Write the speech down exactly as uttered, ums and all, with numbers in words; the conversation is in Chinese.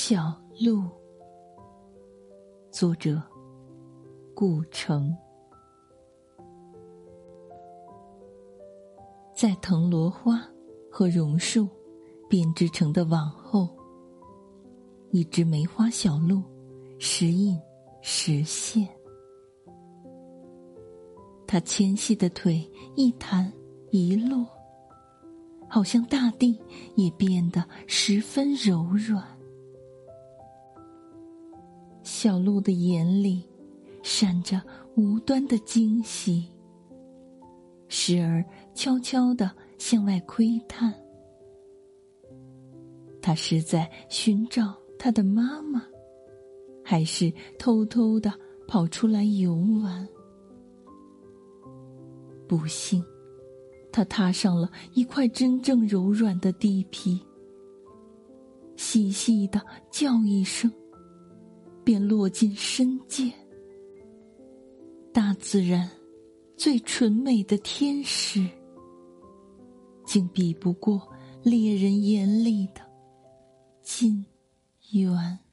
小路，作者顾城。在藤萝花和榕树编织成的网后，一只梅花小鹿时隐时现。它纤细的腿一弹一落，好像大地也变得十分柔软。小鹿的眼里闪着无端的惊喜，时而悄悄地向外窥探。它是在寻找它的妈妈，还是偷偷地跑出来游玩？不幸，它踏上了一块真正柔软的地皮，细细地叫一声，便落进深涧。大自然最纯美的天使，竟比不过猎人眼里的金猿。